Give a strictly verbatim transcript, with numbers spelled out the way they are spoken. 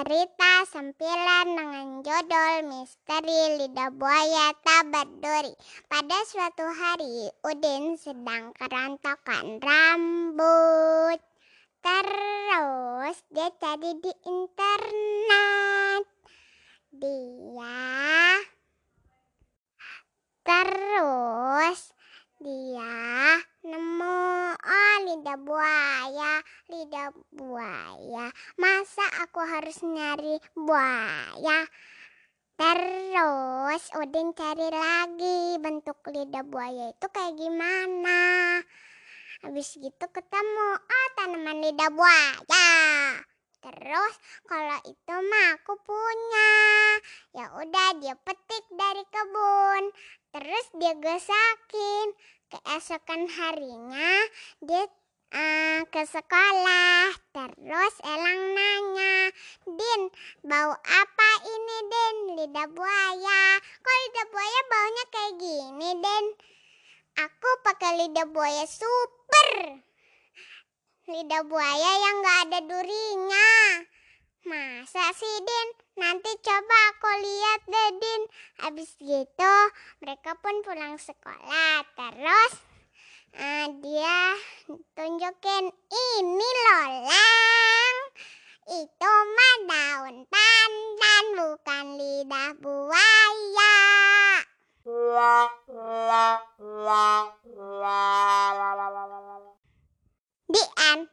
Cerita sempilan dengan judul Misteri Lidah Buaya Tak Berduri. Pada suatu hari, Udin sedang kerontokan rambut. Terus dia cari di internet. Dia terus dia nemu oh lidah buaya, lidah buaya. Masa aku harus nyari buaya? Terus Udin cari lagi bentuk lidah buaya itu kayak gimana. Habis gitu ketemu oh tanaman lidah buaya. Terus kalau itu mah aku punya. Ya udah dia petik dari kebun. Terus dia gesakin. Keesokan harinya dia uh, ke sekolah. Terus Elang nanya, "Din, bau apa ini, Din?" "Lidah buaya." "Kok lidah buaya baunya kayak gini, Din?" "Aku pakai lidah buaya super. Lidah buaya yang gak ada durinya." "Masa sih, Din? Nanti coba aku lihat deh, Din." Habis gitu mereka pun pulang sekolah. Terus uh, dia tunjukin, "Ini loh, Lang. Itu mah daun pandan, bukan lidah buaya." The end.